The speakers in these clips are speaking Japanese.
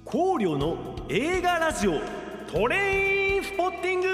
光陵の映画ラジオトレインスポッティン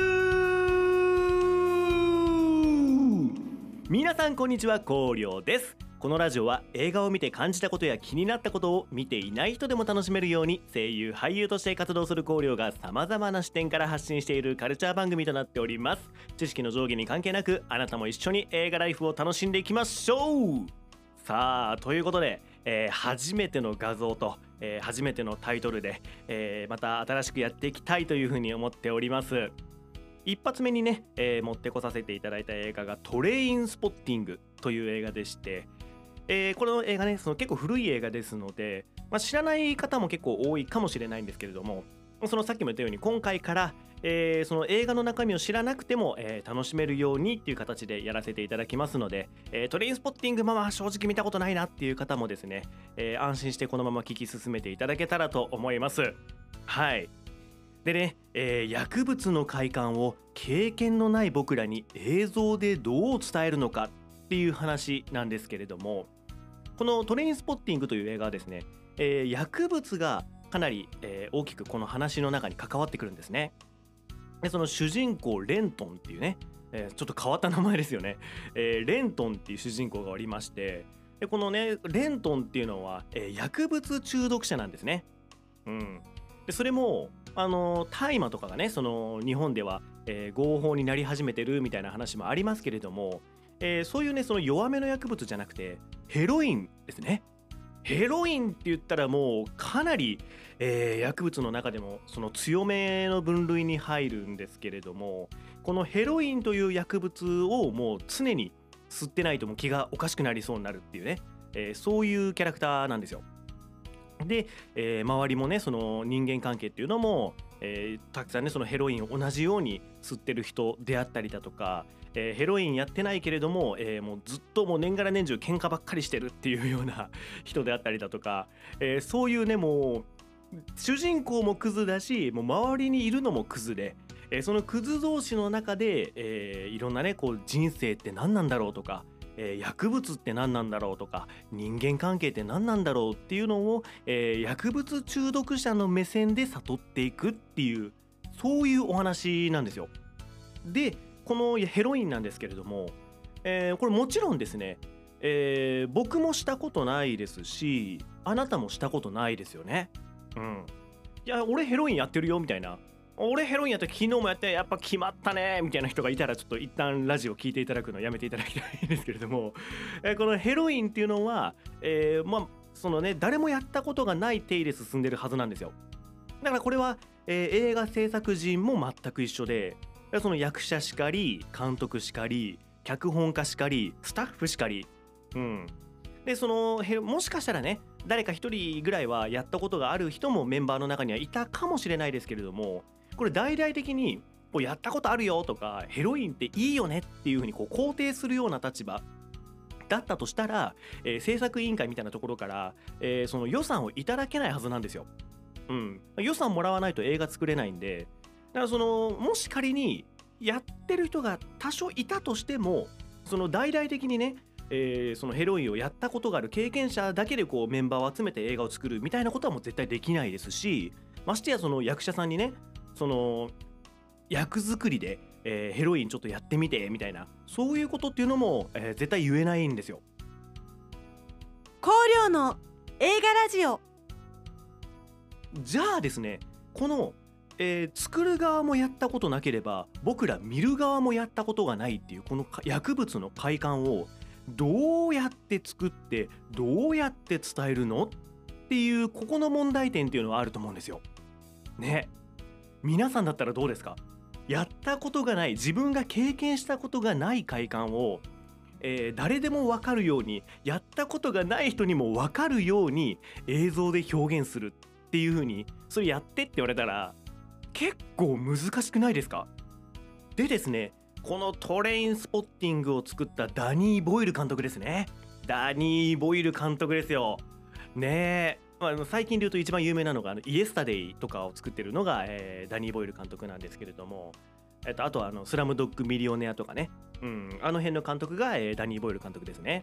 グ。皆さんこんにちは、光陵です。このラジオは映画を見て感じたことや気になったことを見ていない人でも楽しめるように、声優俳優として活動する光陵が様々な視点から発信しているカルチャー番組となっております。知識の上下に関係なく、あなたも一緒に映画ライフを楽しんでいきましょう。さあ、ということで、初めての画像と、初めてのタイトルで、また新しくやっていきたいというふうに思っております。一発目にね、持ってこさせていただいた映画がトレインスポッティングという映画でして、この映画ね、結構古い映画ですので、知らない方も結構多いかもしれないんですけれども、さっきも言ったように今回から、その映画の中身を知らなくても、楽しめるようにっていう形でやらせていただきますので、トレインスポッティング正直見たことないなっていう方もですね、安心してこのまま聞き進めていただけたらと思います。はい。でね、薬物の快感を経験のない僕らに映像でどう伝えるのかっていう話なんですけれども、このトレインスポッティングという映画はですね、薬物がかなり、大きくこの話の中に関わってくるんですね。でその主人公レントンっていうね、ちょっと変わった名前ですよね。レントンっていう主人公がおりまして、でこのねレントンっていうのは、薬物中毒者なんですね。でそれも大麻とかがね、日本では、合法になり始めてるみたいな話もありますけれども、そういうねその弱めの薬物じゃなくてヘロインですね。ヘロインって言ったらもうかなり、薬物の中でもその強めの分類に入るんですけれども、このヘロインという薬物をもう常に吸ってないともう気がおかしくなりそうになるっていうね、そういうキャラクターなんですよ。で、周りもねその人間関係っていうのも、たくさんねそのヘロインを同じように吸ってる人であったりだとか、ヘロインやってないけれども、もうずっともう年がら年中喧嘩ばっかりしてるっていうような人であったりだとか、そういうねもう主人公もクズだし、もう周りにいるのもクズで、そのクズ同士の中で、いろんなねこう人生って何なんだろうとか、薬物って何なんだろうとか、人間関係って何なんだろうっていうのを、薬物中毒者の目線で悟っていくっていう、そういうお話なんですよ。でこのヘロインなんですけれども、これもちろんですね、僕もしたことないですし、あなたもしたことないですよね。いや俺ヘロインやってるよみたいな、俺ヘロインやって昨日もやってやっぱ決まったねみたいな人がいたら、ちょっと一旦ラジオ聞いていただくのやめていただきたいんですけれども、このヘロインっていうのは、そのね誰もやったことがない体で進んでるはずなんですよ。だからこれは、映画制作陣も全く一緒で、その役者しかり監督しかり脚本家しかりスタッフしかり、でもしかしたらね誰か一人ぐらいはやったことがある人もメンバーの中にはいたかもしれないですけれども、これ大々的にこうやったことあるよとかヘロインっていいよねっていう風にこう肯定するような立場だったとしたら、制作委員会みたいなところから、その予算をいただけないはずなんですよ。予算もらわないと映画作れないんで、だからもし仮にやってる人が多少いたとしても、大々的にね、そのヘロインをやったことがある経験者だけでこうメンバーを集めて映画を作るみたいなことはもう絶対できないですし、ましてやその役者さんにね役作りで、ヘロインちょっとやってみてみたいな、そういうことっていうのも、絶対言えないんですよ。 光陵の映画ラジオ。 じゃあですね、この、作る側もやったことなければ僕ら見る側もやったことがないっていうこの薬物の快感をどうやって作ってどうやって伝えるのっていう、ここの問題点っていうのはあると思うんですよね。皆さんだったらどうですか？やったことがない、自分が経験したことがない快感を、誰でも分かるように、やったことがない人にも分かるように映像で表現するっていう風に、それやってって言われたら結構難しくないですか？でですね、このトレインスポッティングを作ったダニー・ボイル監督ですね。ダニー・ボイル監督ですよね。最近で言うと一番有名なのがイエスタデイとかを作ってるのが、ダニー・ボイル監督なんですけれども、あとはスラムドッグ・ミリオネアとかね、あの辺の監督が、ダニー・ボイル監督ですね。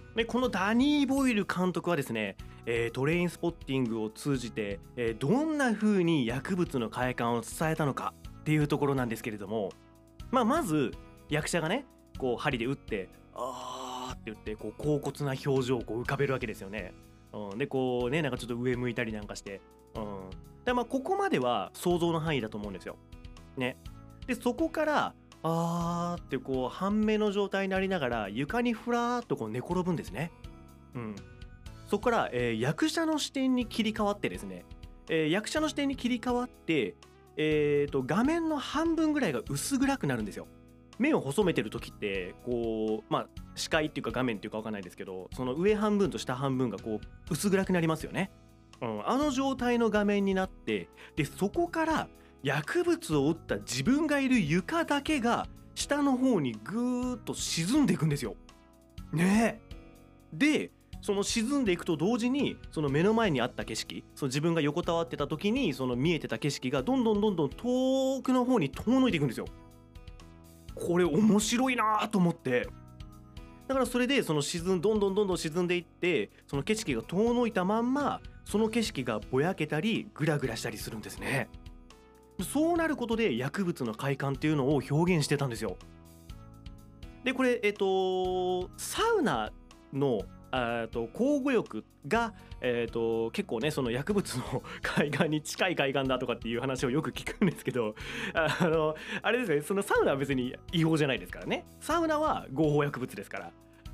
でこのダニー・ボイル監督はですね、トレインスポッティングを通じて、どんな風に薬物の快感を伝えたのかっていうところなんですけれども、まず役者がねこう針で打ってあーって言ってこう恍惚な表情をこう浮かべるわけですよね。でこうねなんかちょっと上向いたりなんかして、でここまでは想像の範囲だと思うんですよ。ね。でそこからあーってこう半目の状態になりながら床にふらーっとこう寝転ぶんですね。そこから、役者の視点に切り替わってですね、役者の視点に切り替わって、画面の半分ぐらいが薄暗くなるんですよ。目を細めてる時ってこう視界っていうか画面っていうかわかんないですけど、その上半分と下半分がこう薄暗くなりますよね。あの状態の画面になって、でそこから薬物を打った自分がいる床だけが下の方にぐーっと沈んでいくんですよ。ねえ。でその沈んでいくと同時にその目の前にあった景色、その自分が横たわってた時にその見えてた景色がどんどん遠くの方に遠のいていくんですよ。これ面白いなと思って、だからそれでそのどんどん沈んでいって、その景色が遠のいたまんまその景色がぼやけたりグラグラしたりするんですね。そうなることで薬物の快感っていうのを表現してたんですよ。でこれサウナの交互浴が、結構ねその薬物の快感に近い快感だとかっていう話をよく聞くんですけど、あれですね、そのサウナは別に違法じゃないですからね。サウナは合法薬物ですから。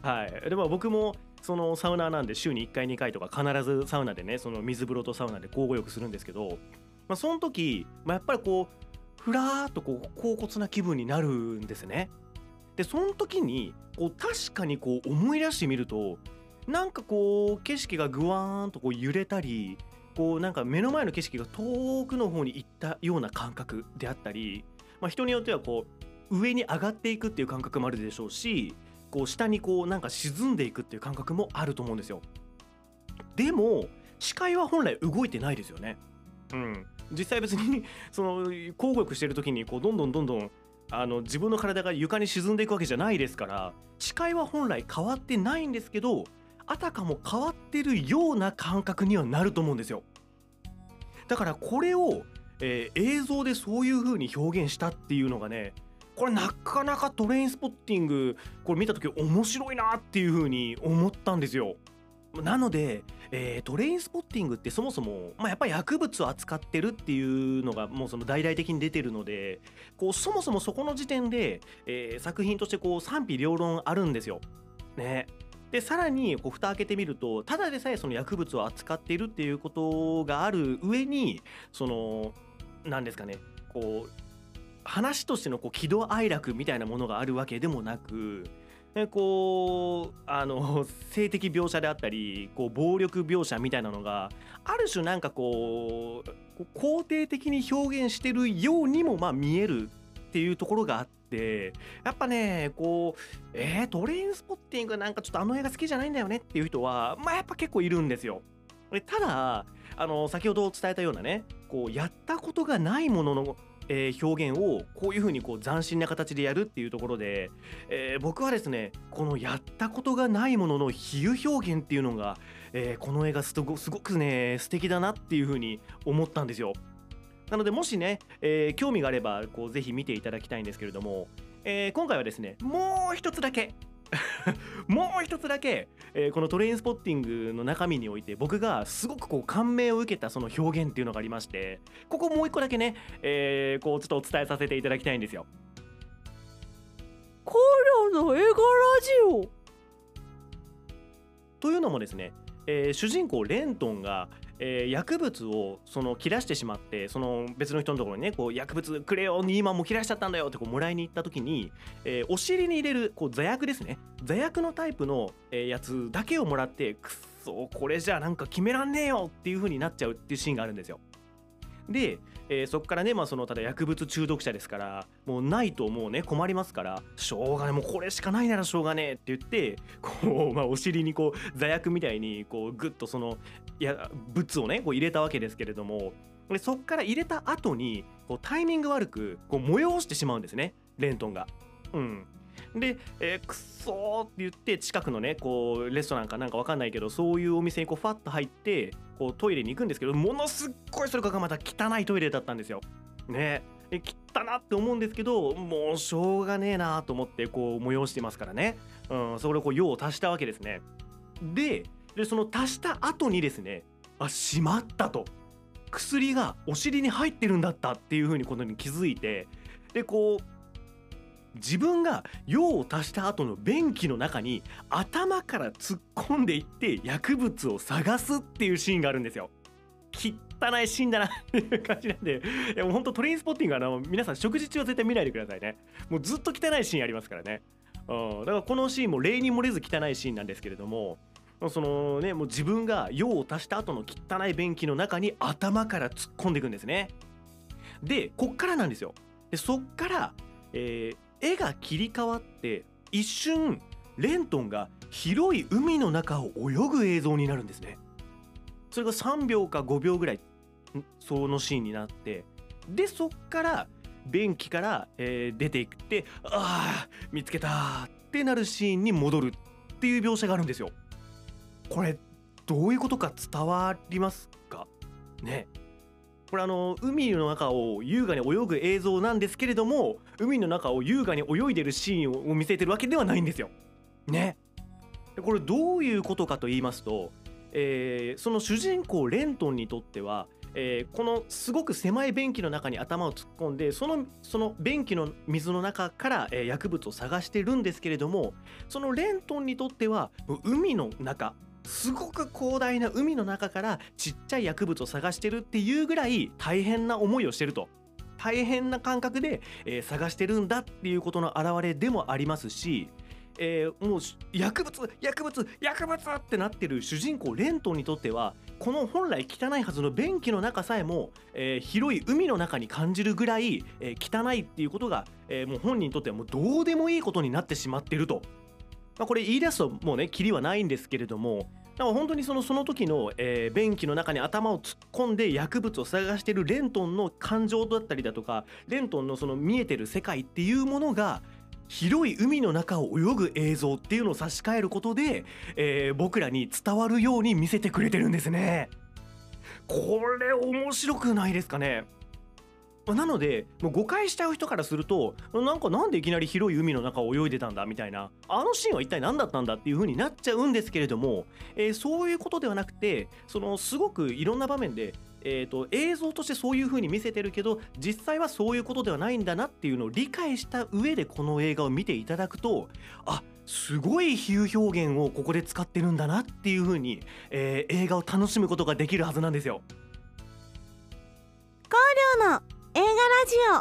はい。でも僕もそのサウナーなんで週に1回2回とか必ずサウナでね、その水風呂とサウナで交互浴するんですけど、その時、やっぱりこうふらーっとこう恍惚な気分になるんですね。でその時にこう確かにこう思い出してみると、なんかこう景色がぐわーんとこう揺れたり、こうなんか目の前の景色が遠くの方に行ったような感覚であったり、人によってはこう上に上がっていくっていう感覚もあるでしょうし、こう下にこうなんか沈んでいくっていう感覚もあると思うんですよ。でも視界は本来動いてないですよね。実際別にその交互浴してる時にこうどんどん自分の体が床に沈んでいくわけじゃないですから、視界は本来変わってないんですけど、あたかも変わってるような感覚にはなると思うんですよ。だからこれを、映像でそういう風に表現したっていうのがね、これなかなかトレインスポッティングこれ見た時面白いなっていう風に思ったんですよ。なので、トレインスポッティングってそもそも、やっぱり薬物を扱ってるっていうのがもうその大々的に出てるので、こうそもそもそこの時点で、作品としてこう賛否両論あるんですよ。ね。でさらにこう蓋開けてみると、ただでさえその薬物を扱っているっていうことがある上に、その何ですかね、こう話としてのこう喜怒哀楽みたいなものがあるわけでもなく、こう性的描写であったりこう暴力描写みたいなのがある種なんかこう肯定的に表現してるようにも見えるっていうところがあって、やっぱねこうトレインスポッティングなんかちょっとあの映画好きじゃないんだよねっていう人はやっぱ結構いるんですよ。でただ先ほど伝えたようなね、こうやったことがないものの表現をこういう風にこう斬新な形でやるっていうところで、僕はですねこのやったことがないものの比喩表現っていうのが、この映画すごくね素敵だなっていう風に思ったんですよ。なのでもしね、興味があればこうぜひ見ていただきたいんですけれども、今回はですねもう一つだけこのトレインスポッティングの中身において僕がすごくこう感銘を受けたその表現っていうのがありまして、ここもう一個だけね、こうちょっとお伝えさせていただきたいんですよ。 コリョの映画ラジオというのもですね、主人公レントンが、薬物をその切らしてしまって、その別の人のところにねこう薬物くれよに今もう切らしちゃったんだよってこうもらいに行った時に、お尻に入れるこう座薬ですね、座薬のタイプの、やつだけをもらって、くっそこれじゃなんか決めらんねえよっていう風になっちゃうっていうシーンがあるんですよ。で、そこからねそのただ薬物中毒者ですから、もうないともうね困りますから、しょうがねもうこれしかないならしょうがねえって言って、こうお尻にこう座薬みたいにこうグッとその物をねこう入れたわけですけれども、でそっから入れた後にこうタイミング悪くこう催してしまうんですねレントンが。 で、くっそーって言って近くのねこうレストランかなんかわかんないけどそういうお店にこうファッと入ってこうトイレに行くんですけど、ものすっごいそれがまた汚いトイレだったんですよね。汚なって思うんですけど、もうしょうがねえなと思ってこう催してますからね、それをこう用を足したわけですね。でその足した後にですね、しまったと、薬がお尻に入ってるんだったっていう風にことに気づいて、でこう自分が用を足した後の便器の中に頭から突っ込んでいって薬物を探すっていうシーンがあるんですよ。汚いシーンだなっていう感じなんで、いやもうほんとトレインスポッティング皆さん食事中は絶対見ないでくださいね。もうずっと汚いシーンありますからね。だからこのシーンも例に漏れず汚いシーンなんですけれども、そのねもう自分が用を足した後の汚い便器の中に頭から突っ込んでいくんですね。でこっからなんですよ。でそっから、絵が切り替わって一瞬レントンが広い海の中を泳ぐ映像になるんですね。それが3秒か5秒ぐらいそのシーンになって、でそっから便器から、出ていくって見つけたってなるシーンに戻るっていう描写があるんですよ。これどういうことか伝わりますかね。これ海の中を優雅に泳ぐ映像なんですけれども、海の中を優雅に泳いでるシーンを見せてるわけではないんですよね。これどういうことかと言いますと、その主人公レントンにとっては、このすごく狭い便器の中に頭を突っ込んでその便器の水の中から、薬物を探してるんですけれども、そのレントンにとっては海の中、すごく広大な海の中からちっちゃい薬物を探してるっていうぐらい大変な思いをしてると、大変な感覚で、探してるんだっていうことの表れでもありますし、もう薬物ってなってる主人公レントンにとってはこの本来汚いはずの便器の中さえも、広い海の中に感じるぐらい、汚いっていうことが、もう本人にとってはもうどうでもいいことになってしまっていると。これ言い出すともうねキリはないんですけれども、だから本当にその時の、便器の中に頭を突っ込んで薬物を探しているレントンの感情だったりだとか、レントンのその見えてる世界っていうものが広い海の中を泳ぐ映像っていうのを差し替えることで、僕らに伝わるように見せてくれてるんですね。これ面白くないですかね。なのでもう誤解しちゃう人からするとなんでいきなり広い海の中を泳いでたんだみたいな、あのシーンは一体何だったんだっていう風になっちゃうんですけれども、そういうことではなくて、すごくいろんな場面で映像としてそういう風に見せてるけど実際はそういうことではないんだなっていうのを理解した上でこの映画を見ていただくと、すごい比喩表現をここで使ってるんだなっていう風に、映画を楽しむことができるはずなんですよ。 光陵の映画ラ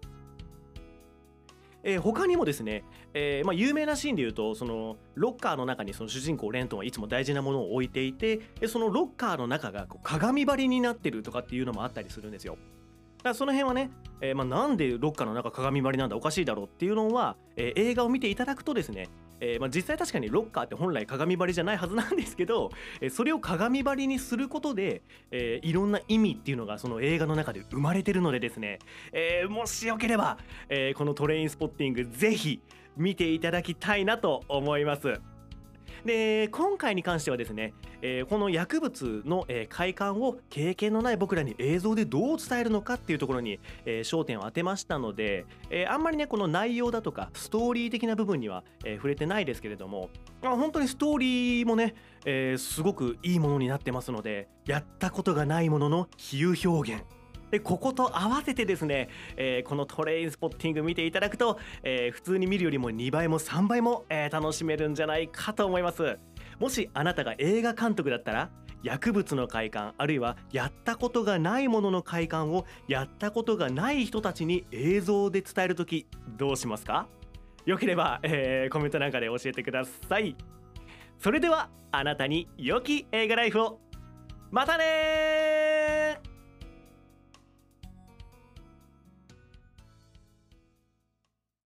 ジオ。 他にもですね、有名なシーンでいうとそのロッカーの中にその主人公レントンはいつも大事なものを置いていて、そのロッカーの中がこう鏡張りになってるとかっていうのもあったりするんですよ。だからその辺はね、なんでロッカーの中鏡張りなんだおかしいだろうっていうのは、映画を見ていただくとですね、実際確かにロッカーって本来鏡張りじゃないはずなんですけど、それを鏡張りにすることで、いろんな意味っていうのがその映画の中で生まれてるのでですね、もしよければ、このトレインスポッティングぜひ見ていただきたいなと思います。で今回に関してはですね、この薬物の、快感を経験のない僕らに映像でどう伝えるのかっていうところに、焦点を当てましたので、あんまりねこの内容だとかストーリー的な部分には、触れてないですけれども、本当にストーリーもね、すごくいいものになってますので、やったことがないものの比喩表現でここと合わせてですね、このトレインスポッティング見ていただくと、普通に見るよりも2倍も3倍も、楽しめるんじゃないかと思います。もしあなたが映画監督だったら薬物の快感、あるいはやったことがないものの快感をやったことがない人たちに映像で伝えるときどうしますか？よければ、コメントなんかで教えてください。それではあなたに良き映画ライフを。またねー。